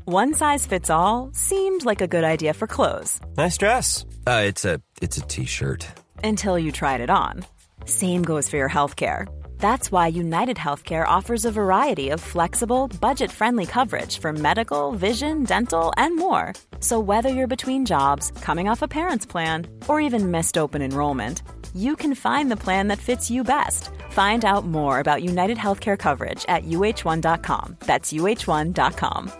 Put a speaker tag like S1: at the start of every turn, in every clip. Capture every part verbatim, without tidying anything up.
S1: One size fits all seemed like a good idea for clothes.
S2: Nice dress. Uh, it's a it's a t-shirt.
S1: Until you tried it on. Same goes for your healthcare. That's why United Healthcare offers a variety of flexible, budget-friendly coverage for medical, vision, dental, and more. So whether you're between jobs, coming off a parent's plan, or even missed open enrollment, you can find the plan that fits you best. Find out more about United Healthcare coverage at U H one dot com. That's U H one dot com.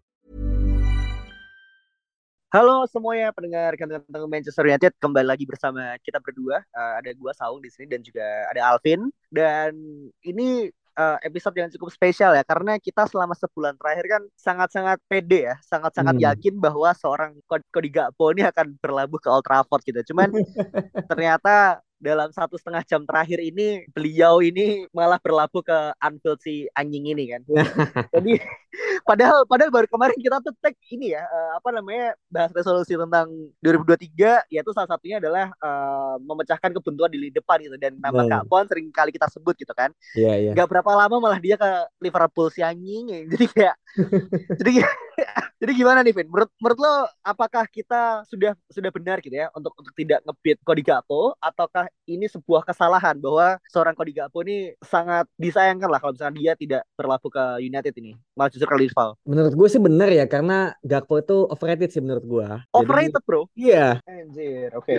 S3: Halo semuanya pendengar Kantong Manchester United, kembali lagi bersama kita berdua. Uh, ada gua Saung di sini dan juga ada Alvin. Dan ini uh, episode yang cukup spesial ya, karena kita selama sebulan terakhir kan sangat-sangat pede ya, sangat-sangat hmm. yakin bahwa seorang Cody Gakpo ini akan berlabuh ke Old Trafford gitu. Cuman ternyata dalam satu setengah jam terakhir ini beliau ini malah berlabuh ke Anfield si anjing ini kan. Jadi padahal padahal baru kemarin kita tuh tag ini ya uh, apa namanya bahas resolusi tentang dua ribu dua puluh tiga, yaitu salah satunya adalah uh, memecahkan kebuntuan di lini depan gitu, dan nama nah. Gakpo sering kali kita sebut gitu kan.
S4: Iya yeah, iya. Yeah.
S3: Gak berapa lama malah dia ke Liverpool si anjing ya. Jadi kayak jadi jadi gimana nih Vin? Menurut menurut lo apakah kita sudah sudah benar gitu ya untuk untuk tidak nge-beat Cody Gakpo, ataukah ini sebuah kesalahan bahwa seorang Cody Gakpo ini sangat disayangkan lah kalau misalnya dia tidak berlabuh ke United ini, malah justru ke Liverpool?
S4: Menurut gue sih benar ya, karena Gakpo itu overrated sih menurut gue.
S3: Overrated
S4: Jadi,
S3: bro?
S4: Iya.
S3: Anjir, oke. Okay.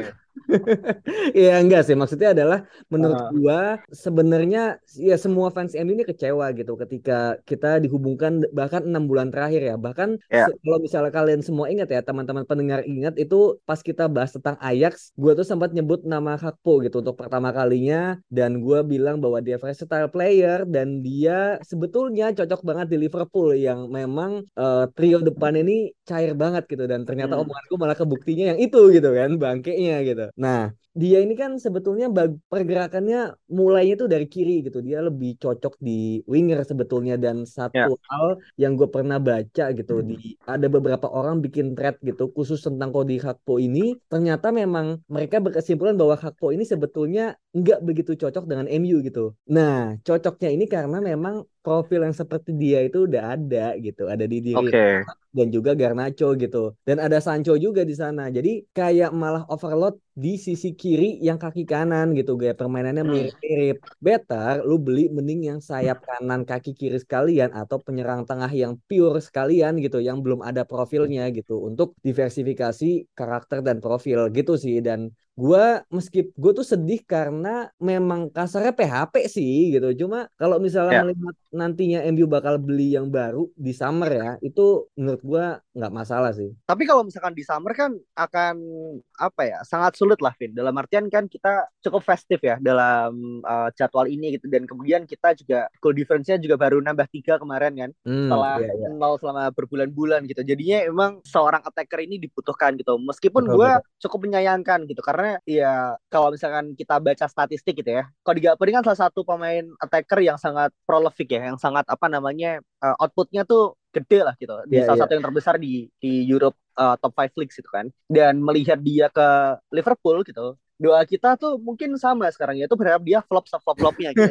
S4: Iya enggak sih, maksudnya adalah menurut uh. gua sebenarnya ya semua fans M U ini kecewa gitu ketika kita dihubungkan bahkan enam bulan terakhir ya, bahkan yeah. se- kalau misalnya kalian semua ingat ya, teman-teman pendengar ingat itu pas kita bahas tentang Ajax, gua tuh sempat nyebut nama Gakpo gitu untuk pertama kalinya, dan gua bilang bahwa dia versatile player dan dia sebetulnya cocok banget di Liverpool yang memang uh, trio depan ini cair banget gitu, dan ternyata hmm. omongan gua malah kebuktinya yang itu gitu kan, bangkainya gitu. Nah, dia ini kan sebetulnya bag- pergerakannya mulainya tuh dari kiri gitu. Dia lebih cocok di winger sebetulnya, dan satu yeah. hal yang gue pernah baca gitu, hmm. di ada beberapa orang bikin thread gitu khusus tentang Cody Gakpo ini, ternyata memang mereka berkesimpulan bahwa Gakpo ini sebetulnya nggak begitu cocok dengan M U gitu. Nah, cocoknya ini karena memang profil yang seperti dia itu udah ada gitu, ada di diri
S3: okay.
S4: dan juga Garnacho gitu, dan ada Sancho juga di sana. Jadi kayak malah overload di sisi kiri yang kaki kanan gitu, gaya permainannya mirip-mirip. Better lu beli mending yang sayap kanan kaki kiri sekalian, atau penyerang tengah yang pure sekalian gitu, yang belum ada profilnya gitu, untuk diversifikasi karakter dan profil gitu sih. Dan gue meski gue tuh sedih karena memang kasarnya P H P sih gitu. Cuma kalau misalnya yeah. melihat nantinya M U bakal beli yang baru di summer ya, itu menurut gue nggak masalah sih.
S3: Tapi kalau misalkan di summer kan akan apa ya, sangat sulit lah Vin. Dalam artian kan kita cukup festif ya dalam uh, jadwal ini gitu, dan kemudian kita juga goal difference-nya juga baru nambah tiga kemarin kan, hmm, setelah iya, iya. nol selama berbulan-bulan gitu. Jadinya emang seorang attacker ini dibutuhkan gitu. Meskipun gue cukup menyayangkan gitu, karena ya kalau misalkan kita baca statistik gitu ya, Cody Gakpo ini kan salah satu pemain attacker yang sangat prolific ya, yang sangat apa namanya uh, outputnya tuh gede lah gitu, di yeah, salah yeah. satu yang terbesar di di Europe uh, top five leagues gitu kan. Dan melihat dia ke Liverpool gitu, doa kita tuh mungkin sama sekarang, yaitu berharap dia flop se-flop-flopnya gitu.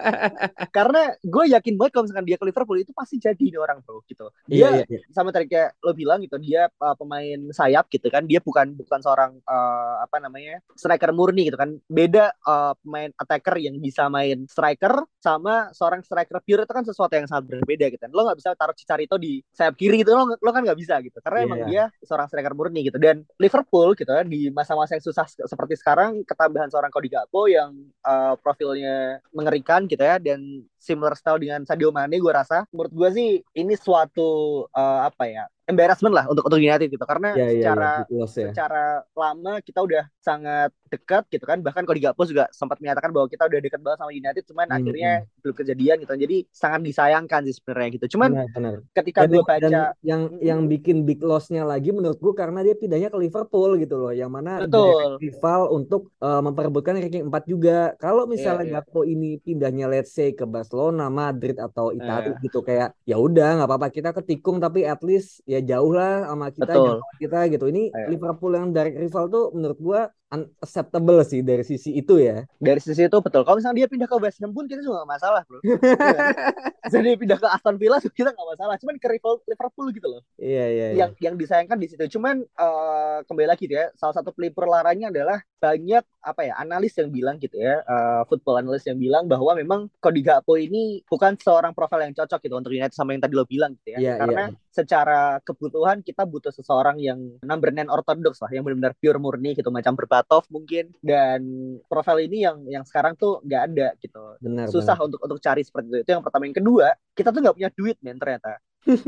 S3: Karena gue yakin banget kalau misalkan dia ke Liverpool itu pasti jadi nih orang bro gitu. Dia yeah, yeah, yeah. sama tadi kayak lo bilang gitu, dia uh, pemain sayap gitu kan, dia bukan bukan seorang uh, apa namanya striker murni gitu kan. Beda uh, pemain attacker yang bisa main striker sama seorang striker pure, itu kan sesuatu yang sangat berbeda gitu kan. Lo nggak bisa taruh Chicharito di sayap kiri gitu, lo lo kan nggak bisa gitu, karena yeah, emang yeah. dia seorang striker murni gitu. Dan Liverpool gitu kan di masa-masa yang susah seperti sekarang, sekarang ketambahan seorang Cody Gakpo yang uh, profilnya mengerikan gitu ya, dan similar style dengan Sadio Mane, gue rasa menurut gue sih ini suatu uh, apa ya embarrassment lah untuk untuk United gitu, karena yeah, secara yeah, yeah. Ya. secara lama kita udah sangat dekat gitu kan. Bahkan Cody Gakpo juga sempat menyatakan bahwa kita udah dekat banget sama United, cuman hmm, akhirnya hmm. belum kejadian gitu. Jadi sangat disayangkan sih sebenarnya gitu. Cuman benar, benar. ketika gue baca dan
S4: yang yang bikin big loss-nya lagi menurut gue karena dia pindahnya ke Liverpool gitu loh, yang mana rival untuk uh, memperebutkan ranking empat juga. Kalau misalnya yeah, yeah. Gakpo ini pindahnya let's say ke Barcelona, Madrid atau Italia yeah. gitu, kayak ya udah nggak apa-apa kita ketikung, tapi at least ya jauh lah sama kita, jauh kita gitu. Ini Ayo. Liverpool yang dari rival tuh menurut gua unacceptable sih dari sisi itu ya.
S3: Dari sisi itu betul. Kalau misalnya dia pindah ke West Ham pun kita juga gak masalah bro. Misalnya dia pindah ke Aston Villa kita gak masalah. Cuman ke Liverpool gitu loh.
S4: Iya iya.
S3: Yang
S4: iya.
S3: yang disayangkan di situ. Cuman uh, kembali lagi ya. Salah satu pelipur laranya adalah banyak apa ya analis yang bilang gitu ya. Uh, football analis yang bilang bahwa memang Cody Gakpo ini bukan seorang profil yang cocok gitu untuk United sama yang tadi lo bilang gitu ya.
S4: Iya,
S3: Karena
S4: iya.
S3: secara kebutuhan kita butuh seseorang yang number nine orthodox lah, yang benar-benar pure murni gitu, macam Berbatov mungkin. Dan profil ini yang yang sekarang tuh nggak ada gitu.
S4: Benar,
S3: susah
S4: benar.
S3: untuk untuk cari seperti itu. Itu yang pertama. Yang kedua, kita tuh nggak punya duit men ternyata.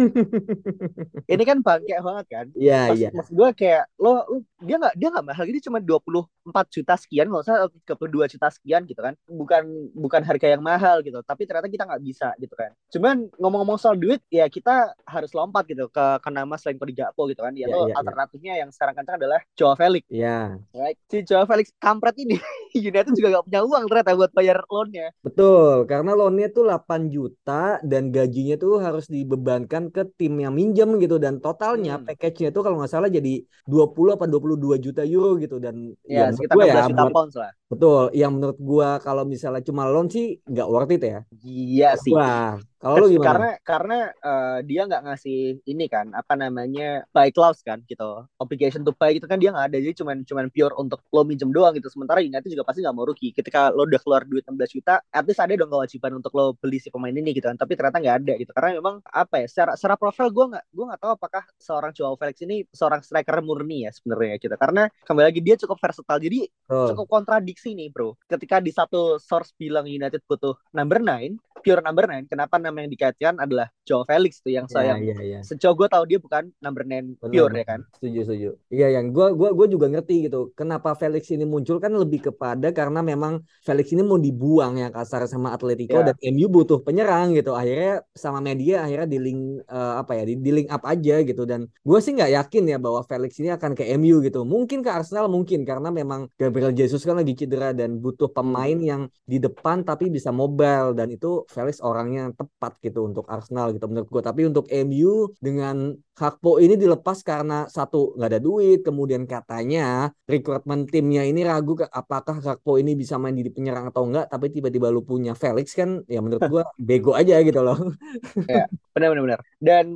S3: Ini kan bangke banget kan.
S4: Iya,
S3: Mas,
S4: iya.
S3: mas gue kayak lo, lo dia nggak dia nggak mahal, ini cuma dua puluh empat juta sekian, nggak usah tiga puluh dua juta sekian gitu kan. Bukan bukan harga yang mahal gitu, tapi ternyata kita nggak bisa gitu kan. Cuman ngomong-ngomong soal duit ya, kita harus lompat gitu ke, ke nama selain Cody Gakpo gitu kan.
S4: Iya,
S3: Yaitu
S4: iya, iya.
S3: alternatifnya yang sekarang kencang adalah Joao Felix.
S4: Iya.
S3: Right? Si Joao Felix kampret ini United juga nggak punya uang ternyata buat bayar loan-nya.
S4: Betul, karena loan-nya tuh delapan juta dan gajinya tuh harus dibebankan ke tim yang minjem gitu, dan totalnya
S3: Hmm.
S4: package-nya tuh kalau nggak salah jadi dua puluh apa dua puluh dua juta euro gitu. Dan
S3: Ya,
S4: ya menurut
S3: sekitar
S4: gue
S3: enam
S4: ya
S3: belas juta
S4: buat,
S3: pounds lah.
S4: betul, yang menurut gue kalau misalnya cuma loan sih nggak worth it ya.
S3: Iya sih.
S4: Wah, kalau lu gimana?
S3: Karena karena uh, dia nggak ngasih ini kan, apa namanya, buy clause kan gitu, obligation to buy gitu kan dia nggak ada. Jadi cuman cuman pure untuk lo minjem doang gitu. Sementara United juga pasti nggak mau rugi. Ketika lo udah keluar duit enam belas juta, at least ada dong kewajiban untuk lo beli si pemain ini gitu kan. Tapi ternyata nggak ada gitu. Karena memang apa ya, secara secara profil gue nggak gue nggak tahu apakah seorang Joao Felix ini seorang striker murni ya sebenarnya gitu. Karena kembali lagi dia cukup versatile. Jadi
S4: Oh.
S3: cukup kontradiksi nih bro. Ketika di satu source bilang United butuh number nine, pure number nine, kenapa nama yang dikaitkan adalah Joao Felix tuh yang
S4: Ya,
S3: sayang.
S4: ya, ya.
S3: Sejauh gue tahu dia bukan number nine pure. Benar, ya kan.
S4: Setuju, setuju. Iya, yang gue gue gue juga ngerti gitu. Kenapa Felix ini muncul kan lebih kepada karena memang Felix ini mau dibuang ya kasar sama Atletico,
S3: Ya.
S4: dan M U butuh penyerang gitu. Akhirnya sama media akhirnya di link uh, apa ya di, di link up aja gitu. Dan gue sih nggak yakin ya bahwa Felix ini akan ke M U gitu. Mungkin ke Arsenal mungkin karena memang Gabriel Jesus kan lagi cedera dan butuh pemain hmm. yang di depan tapi bisa mobile, dan itu Felix orangnya tepat gitu untuk Arsenal gitu menurut gue. Tapi untuk M U dengan Gakpo ini dilepas karena satu nggak ada duit, kemudian katanya rekrutmen timnya ini ragu apakah Gakpo ini bisa main di penyerang atau enggak, tapi tiba-tiba lu punya Felix kan ya menurut gua bego aja gitu loh.
S3: Ya, benar-benar. Dan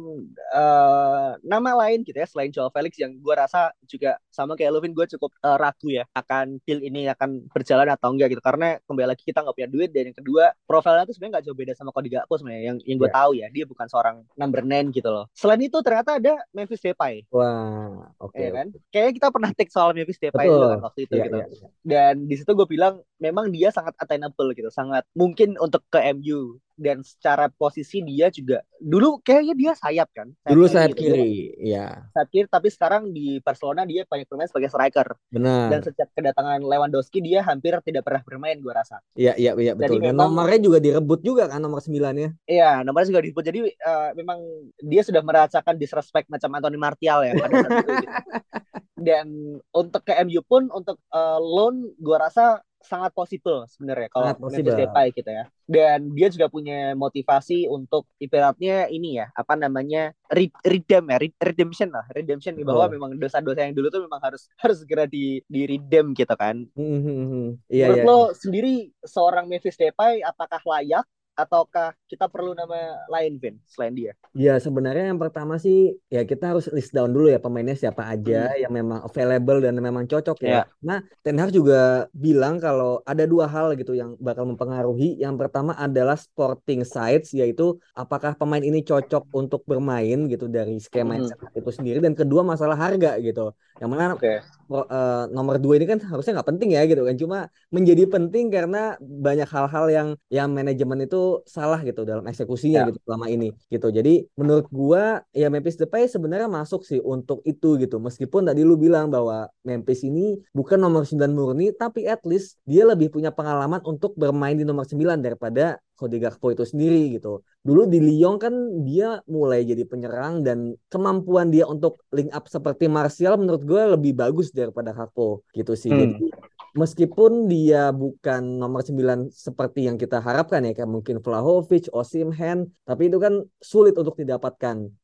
S3: uh, nama lain gitu ya selain Joao Felix yang gua rasa juga sama kayak Lovin, gue cukup uh, ragu ya akan deal ini akan berjalan atau enggak gitu, karena kembali lagi kita nggak punya duit, dan yang kedua profilnya tuh sebenarnya nggak jauh beda sama Cody Gakpo sebenarnya, yang yang gue yeah. tahu ya dia bukan seorang number nine gitu loh. Selain itu ternyata ada Memphis Depay.
S4: Wah, oke. Okay,
S3: ya kan?
S4: Okay.
S3: Kayaknya kita pernah take soal Memphis Depay
S4: Betul.
S3: juga kan waktu itu yeah, gitu. Yeah, yeah. Dan di situ gue bilang memang dia sangat attainable gitu, sangat mungkin untuk ke M U. Dan secara posisi dia juga dulu kayaknya dia sayap kan.
S4: Sayap dulu sayap kiri, kiri. Ya.
S3: Sayap kiri, tapi sekarang di Barcelona dia banyak bermain sebagai striker.
S4: Benar.
S3: Dan sejak kedatangan Lewandowski dia hampir tidak pernah bermain gue rasa.
S4: Iya, iya, iya betul.
S3: Jadi
S4: dan
S3: memang,
S4: nomornya juga direbut juga kan nomor sembilan-nya.
S3: Iya, nomornya juga direbut. Jadi uh, memang dia sudah merasakan disrespect macam Anthony Martial ya pada saat itu gitu. Dan untuk ke M U pun untuk uh, loan gue rasa sangat possible sebenarnya kalau Memphis Depay gitu ya. Dan dia juga punya motivasi untuk ibaratnya ini ya, apa namanya, redeem ya, redemption lah, redemption oh. bahwa memang dosa-dosa yang dulu tuh memang harus harus segera di di redeem gitu kan.
S4: Mm-hmm. Iya,
S3: Menurut
S4: iya,
S3: lo
S4: iya.
S3: sendiri seorang Memphis Depay apakah layak ataukah kita perlu nama lain, Vin, selain dia?
S4: Ya sebenarnya yang pertama sih ya kita harus list down dulu ya pemainnya siapa aja hmm. yang memang available dan memang cocok ya. Yeah. Nah Ten Hag juga bilang kalau ada dua hal gitu yang bakal mempengaruhi. Yang pertama adalah sporting sides, yaitu apakah pemain ini cocok untuk bermain gitu dari skema hmm. itu sendiri. Dan kedua masalah harga gitu. Yang mana okay. uh, nomor dua ini kan harusnya nggak penting ya gitu kan. Cuma menjadi penting karena banyak hal-hal yang yang manajemen itu salah gitu dalam eksekusinya yeah. gitu selama ini gitu. Jadi menurut gua ya Memphis Depay sebenarnya masuk sih untuk itu gitu. Meskipun tadi lu bilang bahwa Memphis ini bukan nomor sembilan murni, tapi at least dia lebih punya pengalaman untuk bermain di nomor sembilan daripada Cody Gakpo itu sendiri gitu. Dulu di Lyon kan dia mulai jadi penyerang dan kemampuan dia untuk link up seperti Martial menurut gue lebih bagus daripada Gakpo gitu sih. Hmm. Jadi meskipun dia bukan nomor sembilan seperti yang kita harapkan ya, kayak mungkin Vlahovic, Osimhen, tapi itu kan sulit untuk didapatkan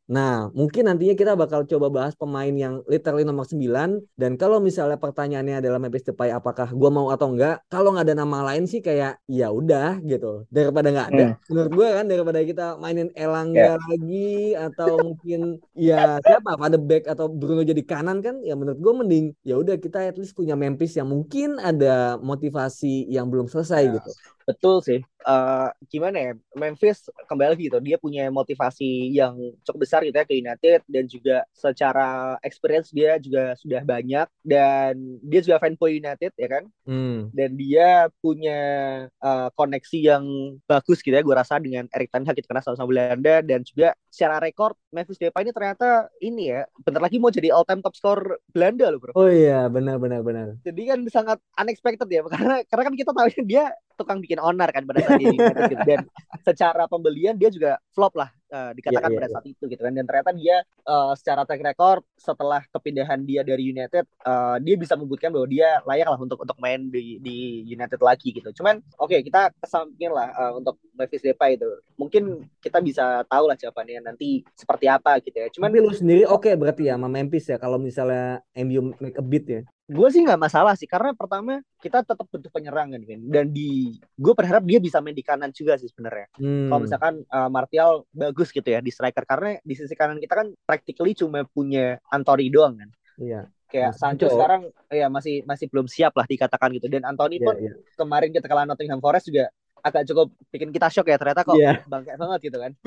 S4: Nah, mungkin nantinya kita bakal coba bahas pemain yang literally nomor sembilan. Dan kalau misalnya pertanyaannya adalah Memphis Depay apakah gue mau atau enggak, kalau nggak ada nama lain sih kayak ya udah gitu. Daripada nggak ada,
S3: Hmm.
S4: menurut gue kan daripada kita mainin Elanga
S3: Ya.
S4: lagi atau mungkin ya siapa Van de Beek atau Bruno jadi kanan kan, ya menurut gue mending ya udah kita at least punya Memphis yang mungkin ada motivasi yang belum selesai
S3: Ya,
S4: gitu.
S3: betul sih. Uh, gimana ya, Memphis kembali lagi gitu, dia punya motivasi yang cukup besar gitu ya ke United, dan juga secara experience dia juga sudah banyak, dan dia juga fanboy United ya kan.
S4: Hmm.
S3: Dan dia punya uh, koneksi yang bagus gitu ya, gue rasa dengan Erik ten Hag gitu, karena sama-sama Belanda. Dan juga secara rekor Memphis Depay ini ternyata ini ya, bentar lagi mau jadi all time top scorer Belanda loh bro.
S4: Oh iya, benar benar benar.
S3: Jadi kan sangat unexpected ya, karena karena kan kita tahu dia tukang bikin onar kan pada saat dia di United gitu. Dan secara pembelian dia juga flop lah, uh, dikatakan
S4: Iya, iya,
S3: pada
S4: iya.
S3: saat itu gitu kan. Dan ternyata dia uh, secara track record setelah kepindahan dia dari United, uh, dia bisa membuktikan bahwa dia layak lah untuk untuk main di di United lagi gitu. Cuman oke okay, kita kesampingin lah uh, untuk Memphis Depay itu. Mungkin kita bisa tahu lah jawabannya nanti seperti apa gitu ya. Cuman
S4: Tapi lu sendiri oke okay berarti ya sama Memphis ya kalau misalnya M U make a bid ya.
S3: gue sih nggak masalah sih, karena pertama kita tetap butuh penyerangan kan, dan di gue berharap dia bisa main di kanan juga sih sebenarnya.
S4: Hmm.
S3: Kalau misalkan uh, Martial bagus gitu ya di striker, karena di sisi kanan kita kan practically cuma punya Anthony doang kan.
S4: Iya.
S3: Kayak
S4: Mas
S3: Sancho
S4: Sancho.
S3: sekarang ya masih masih belum siap lah dikatakan gitu. Dan Anthony
S4: Iya,
S3: pun
S4: iya.
S3: kemarin kita kalah Nottingham Forest juga agak cukup bikin kita shock ya, ternyata kok
S4: Iya.
S3: bangke banget gitu kan.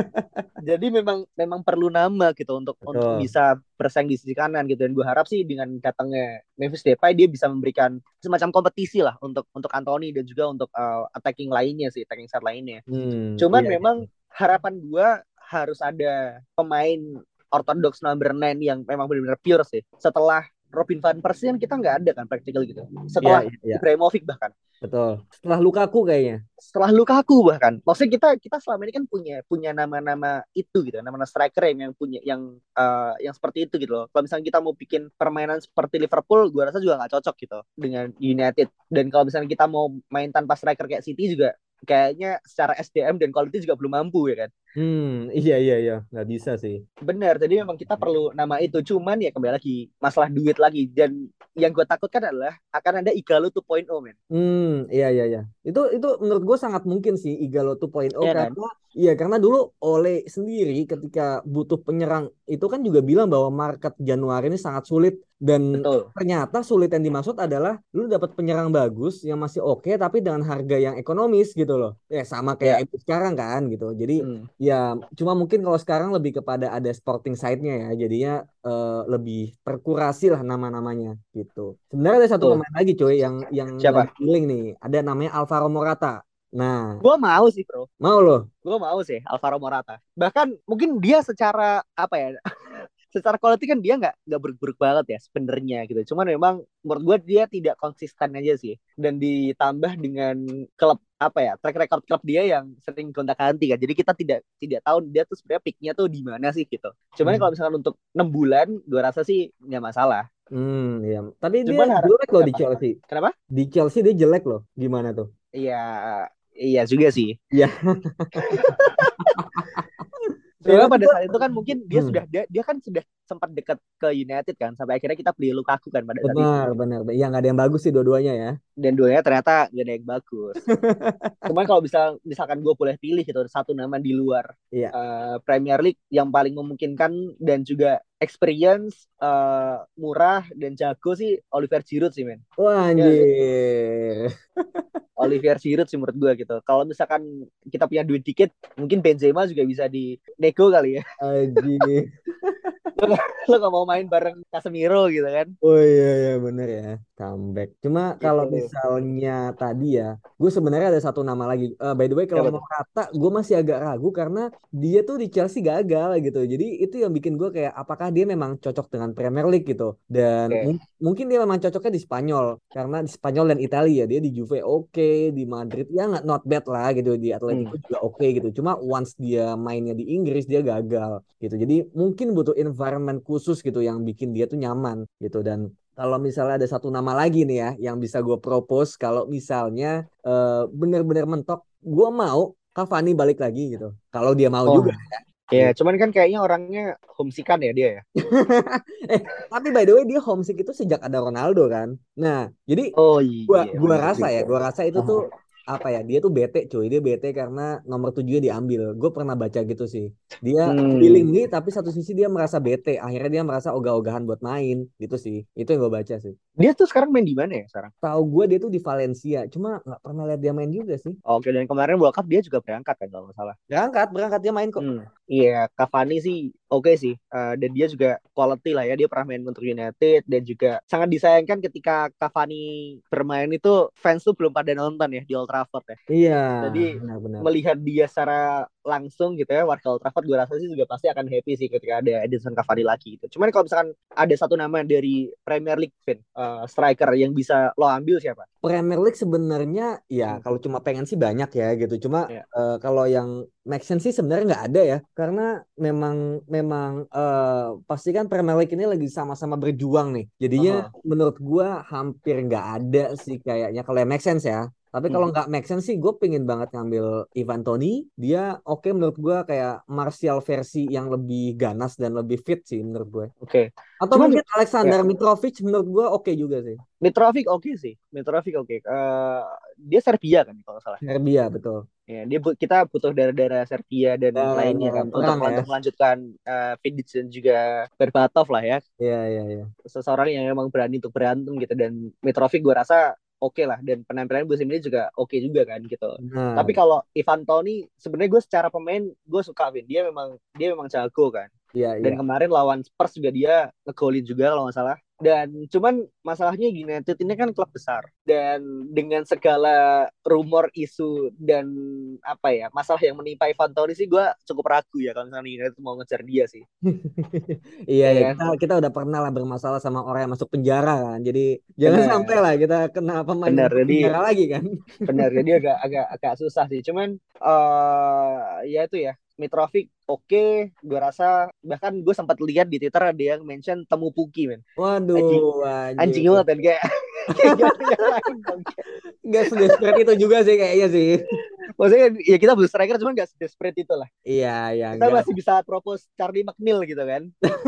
S3: Jadi memang memang perlu nama gitu untuk
S4: Betul.
S3: untuk bisa bersaing di sisi kanan gitu. Dan gue harap sih dengan datangnya Memphis Depay dia bisa memberikan semacam kompetisi lah untuk untuk Anthony dan juga untuk uh, attacking lainnya sih, attacking side lainnya.
S4: Hmm,
S3: Cuman
S4: iya,
S3: memang
S4: iya.
S3: harapan gue harus ada pemain orthodox number nine yang memang benar-benar pure sih. Setelah Robin van Persie kan kita nggak ada kan practical gitu. Setelah
S4: Iya, iya, iya.
S3: Ibrahimovic bahkan.
S4: Betul. Setelah Lukaku kayaknya.
S3: Setelah Lukaku bahkan. Maksudnya kita kita selama ini kan punya punya nama-nama itu gitu, nama-nama striker yang, yang punya yang uh, yang seperti itu gitu loh. Kalau misalnya kita mau bikin permainan seperti Liverpool, gue rasa juga nggak cocok gitu dengan United. Dan kalau misalnya kita mau main tanpa striker kayak City juga kayaknya secara S D M dan quality juga belum mampu ya kan.
S4: Hmm, iya iya iya, nggak bisa sih.
S3: Benar, jadi memang kita perlu nama itu. Cuman ya kembali lagi masalah duit lagi. Dan yang gue takutkan adalah akan ada Igalo dua titik nol men.
S4: Hmm, iya iya iya. Itu itu menurut gue sangat mungkin sih Igalo dua titik nol
S3: Iya kan?
S4: karena iya karena dulu Ole sendiri ketika butuh penyerang itu kan juga bilang bahwa market Januari ini sangat sulit, dan
S3: Betul.
S4: ternyata sulit yang dimaksud adalah lu dapat penyerang bagus yang masih oke tapi dengan harga yang ekonomis gitu loh. Ya sama kayak
S3: Ya.
S4: M U sekarang kan gitu. Jadi
S3: Hmm.
S4: ya cuma mungkin kalau sekarang lebih kepada ada sporting side-nya ya. Jadinya uh, lebih terkurasi lah nama-namanya gitu. Sebenarnya ada satu
S3: Betul.
S4: pemain lagi coy yang yang
S3: Siapa?
S4: lagi feeling nih. Ada namanya Alvaro Morata. Nah,
S3: Gue mau sih bro.
S4: mau loh.
S3: Gue mau sih Alvaro Morata. Bahkan mungkin dia secara apa ya, secara quality kan dia nggak nggak buruk-buruk banget ya sebenarnya gitu. Cuman memang menurut gue dia tidak konsisten aja sih. Dan ditambah dengan klub apa ya, track record klub dia yang sering gonta-ganti kan. Jadi kita tidak tidak tahu dia tuh sebenarnya peaknya tuh di mana sih gitu. Cuman
S4: Hmm.
S3: kalau misalkan untuk enam bulan, gue rasa sih nggak masalah.
S4: Hmm, iya. Tapi
S3: Cuman
S4: dia
S3: harap
S4: jelek loh di
S3: apa?
S4: Chelsea.
S3: Kenapa?
S4: Di Chelsea dia jelek loh. Gimana tuh?
S3: Iya, iya juga sih.
S4: Iya.
S3: Soalnya pada saat itu kan mungkin dia
S4: Hmm.
S3: sudah dia, dia kan sudah sempat dekat ke United kan, sampai akhirnya kita beli Lukaku kan pada saat itu.
S4: Benar, benar. Ya nggak ada yang bagus sih dua-duanya ya.
S3: Dan duanya ternyata gak ada yang bagus. Cuman kalau bisa misalkan gue boleh pilih gitu satu nama di luar
S4: Iya.
S3: uh, Premier League yang paling memungkinkan dan juga experience, uh, murah dan jago sih, Olivier Giroud sih men.
S4: Wah anjir.
S3: Olivier Giroud sih menurut gue gitu. Kalau misalkan kita punya duit dikit, mungkin Benzema juga bisa di nego kali ya.
S4: Anjir.
S3: Lo gak mau main bareng Casemiro gitu kan.
S4: Oh iya iya bener ya, comeback. Cuma
S3: Gitu.
S4: kalau misalnya tadi ya, gue sebenarnya ada satu nama lagi. Uh, by the way kalau
S3: Siapa tuh?
S4: Morata, gue masih agak ragu karena dia tuh di Chelsea gagal gitu. Jadi itu yang bikin gue kayak apakah dia memang cocok dengan Premier League gitu. Dan
S3: Oke.
S4: mung- mungkin dia memang cocoknya di Spanyol karena di Spanyol dan Italia dia di Juve oke, di Madrid ya nggak not bad lah gitu, di Atletico
S3: Hmm.
S4: juga oke gitu. Cuma once dia mainnya di Inggris dia gagal gitu. Jadi mungkin butuh environment khusus gitu yang bikin dia tuh nyaman gitu. Dan kalau misalnya ada satu nama lagi nih ya yang bisa gue propose kalau misalnya uh, bener-bener mentok, gue mau Cavani balik lagi gitu. Kalau dia mau
S3: Oh.
S4: juga.
S3: Ya, cuman kan kayaknya orangnya homesick-an ya dia ya.
S4: eh, tapi by the way dia homesick itu sejak ada Ronaldo kan. Nah, jadi
S3: Oh
S4: gua
S3: iya,
S4: gua
S3: benar
S4: rasa ya,
S3: juga.
S4: gua rasa itu tuh apa ya? Dia tuh bete cuy. Dia bete karena nomor tujuhnya diambil. Gue pernah baca gitu sih. Dia
S3: Hmm.
S4: willingly tapi satu sisi dia merasa bete. Akhirnya dia merasa ogah-ogahan buat main gitu sih. Itu yang gue baca sih.
S3: Dia tuh sekarang main di mana ya sekarang?
S4: Tahu gue dia tuh di Valencia. Cuma nggak pernah lihat dia main juga sih.
S3: Oke, dan kemarin World Cup dia juga berangkat kan kalau nggak salah.
S4: Berangkat, berangkat dia main kok.
S3: Hmm. Iya, Cavani sih oke sih. Uh, dan dia juga quality lah ya. Dia pernah main untuk United dan juga sangat disayangkan ketika Cavani bermain itu fans tuh belum pada nonton ya di Old Trafford ya.
S4: Iya,
S3: Jadi
S4: benar-benar.
S3: melihat dia secara langsung gitu ya, warga Old Trafford gue rasa sih juga pasti akan happy sih ketika ada Edinson Cavani lagi gitu. Cuman kalau misalkan ada satu nama dari Premier League, Vin, uh, striker yang bisa lo ambil siapa?
S4: Premier League sebenarnya ya
S3: Hmm.
S4: kalau cuma pengen sih banyak ya gitu. Cuma
S3: Ya.
S4: uh, kalau yang make sense sih sebenarnya nggak ada ya. Karena memang memang uh, pasti kan Premier League ini lagi sama-sama berjuang nih. Jadinya
S3: Uh-huh.
S4: menurut gua hampir nggak ada sih kayaknya kalau yang make sense ya. Tapi kalau
S3: Hmm.
S4: nggak make sense sih gue pingin banget ngambil Ivan Toney. Dia oke okay menurut gue kayak Martial versi yang lebih ganas dan lebih fit sih menurut gue.
S3: Oke.
S4: Atau
S3: Cuman
S4: mungkin Alexander
S3: ya,
S4: Mitrovic menurut gue oke okay juga sih.
S3: Mitrovic oke sih. Mitrovic oke. Uh, dia Serbia kan kalau nggak salah.
S4: Serbia betul.
S3: Ya, dia bu- kita butuh darah-darah Serbia dan
S4: Darah-
S3: lainnya
S4: darah
S3: kan
S4: perang
S3: untuk
S4: ya.
S3: untuk melanjutkan uh, Vidic dan juga Berbatov lah ya.
S4: Iya iya iya.
S3: Seseorang yang memang berani untuk berantem gitu, dan Mitrovic gue rasa oke okay lah, dan penampilan musim ini juga oke okay juga kan gitu.
S4: Nah,
S3: Tapi kalau Ivan Toney sebenarnya gue secara pemain gue suka, Vin. Dia memang dia memang jago kan.
S4: iya
S3: Dan
S4: iya.
S3: kemarin lawan Spurs juga dia ngegolin juga kalau nggak salah. Dan cuman masalahnya United ini kan klub besar, dan dengan segala rumor, isu, dan apa ya masalah yang menimpa Ivan Toney sih gue cukup ragu ya kalau misalnya United mau ngejar dia sih.
S4: Iya ya,
S3: Ya
S4: kita
S3: kan?
S4: kita udah pernah lah bermasalah sama orang yang masuk penjara kan. Jadi jangan sampai
S3: Benar,
S4: lah kita kena pemain yang
S3: benar.
S4: masuk
S3: Jadi
S4: penjara lagi kan.
S3: benar, jadi agak agak agak susah sih. Cuman uh, ya itu ya, Mitrovic oke, okay, gue rasa bahkan gue sempat lihat di Twitter ada yang mention Temu Puki, men. Anjing,
S4: Waduh,
S3: anjing
S4: anjir.
S3: banget kan, kayak kayak gak ada yang lain dong.
S4: Gak sedesperate itu juga sih kayaknya sih.
S3: Maksudnya ya kita butuh striker, cuman gak desperate itu lah.
S4: Iya, iya
S3: Kita
S4: enggak.
S3: masih bisa propose Charlie McNeil gitu kan.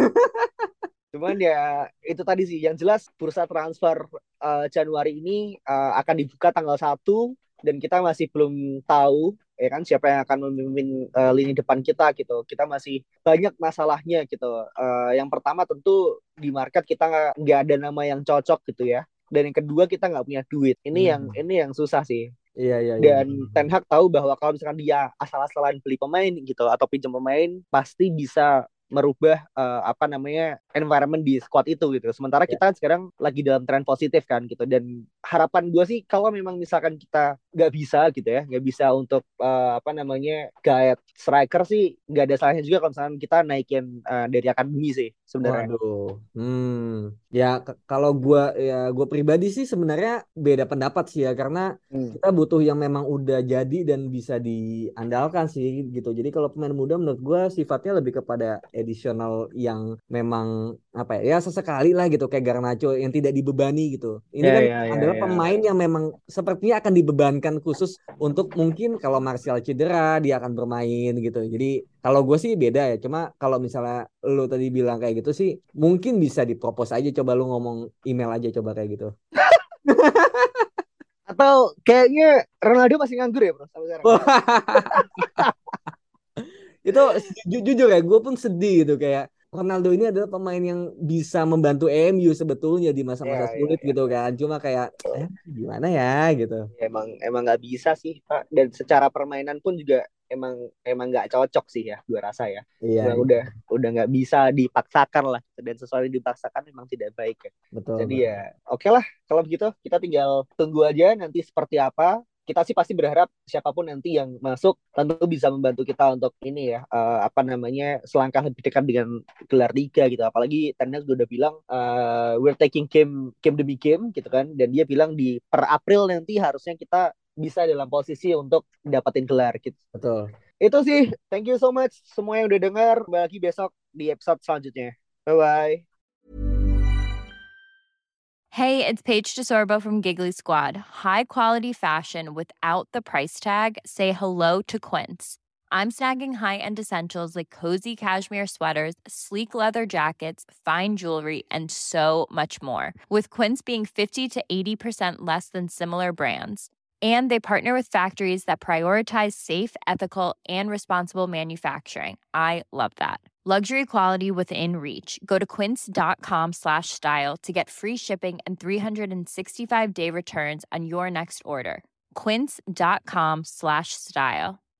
S3: Cuman ya itu tadi sih, yang jelas bursa transfer uh, Januari ini uh, akan dibuka tanggal satu, dan kita masih belum tahu ya kan siapa yang akan memimpin uh, lini depan kita gitu. Kita masih banyak masalahnya gitu. Uh, yang pertama tentu di market kita nggak ada nama yang cocok gitu ya. Dan yang kedua kita nggak punya duit. Ini hmm. yang ini yang susah sih.
S4: Iya, iya, iya.
S3: Dan Ten Hag tahu bahwa kalau misalkan dia asal-asalan beli pemain gitu atau pinjam pemain, pasti bisa merubah uh, apa namanya environment di squad itu gitu. Sementara yeah. kita sekarang lagi dalam tren positif kan gitu. Dan harapan gue sih kalau memang misalkan kita nggak bisa gitu ya, nggak bisa untuk uh, apa namanya guide striker sih, nggak ada salahnya juga kalau misalkan kita naikin uh, dari akademi sih sebenarnya.
S4: Waduh, hmm, ya k- kalau gue ya gue pribadi sih sebenarnya beda pendapat sih ya, karena hmm. kita butuh yang memang udah jadi dan bisa diandalkan sih gitu. Jadi kalau pemain muda menurut gue sifatnya lebih kepada additional yang memang apa ya, ya sesekali lah gitu, kayak Garnacho yang tidak dibebani gitu. Ini
S3: ya,
S4: kan
S3: ya, ya,
S4: adalah
S3: ya.
S4: pemain yang memang sepertinya akan dibebankan khusus untuk mungkin kalau Martial cedera dia akan bermain gitu. Jadi kalau gue sih beda ya. Cuma kalau misalnya lu tadi bilang kayak gitu sih, mungkin bisa dipropos aja, coba lu ngomong email aja coba kayak gitu.
S3: Atau kayaknya Ronaldo masih nganggur ya bro sampai sekarang.
S4: Itu ju- jujur ya, gue pun sedih gitu, kayak Ronaldo ini adalah pemain yang bisa membantu M U sebetulnya di masa-masa
S3: Ya,
S4: sulit
S3: ya, ya.
S4: gitu kan. Cuma kayak eh, gimana ya gitu.
S3: Ya, emang emang nggak bisa sih Pak. Dan secara permainan pun juga emang emang nggak cocok sih ya, gue rasa ya.
S4: Iya.
S3: Emang
S4: iya.
S3: udah udah nggak bisa dipaksakan lah. Dan sesuatu yang dipaksakan memang tidak baik ya.
S4: Betul.
S3: Jadi
S4: betul.
S3: ya oke lah kalau begitu, kita tinggal tunggu aja nanti seperti apa. Kita sih pasti berharap siapapun nanti yang masuk tentu bisa membantu kita untuk ini ya, uh, apa namanya selangkah lebih dekat dengan gelar liga gitu. Apalagi Ten Hag udah bilang uh, we're taking game game demi game gitu kan, dan dia bilang di per April nanti harusnya kita bisa dalam posisi untuk dapatin gelar gitu.
S4: Betul.
S3: Itu sih, thank you so much semua yang udah dengar. Kembali lagi besok di episode selanjutnya. Bye bye.
S5: Hey, it's Paige DeSorbo from Giggly Squad. High quality fashion without the price tag. Say hello to Quince. I'm snagging high-end essentials like cozy cashmere sweaters, sleek leather jackets, fine jewelry, and so much more. With Quince being fifty to eighty percent less than similar brands. And they partner with factories that prioritize safe, ethical, and responsible manufacturing. I love that. Luxury quality within reach. Go to quince.com slash style to get free shipping and three sixty-five day returns on your next order. Quince.com slash style.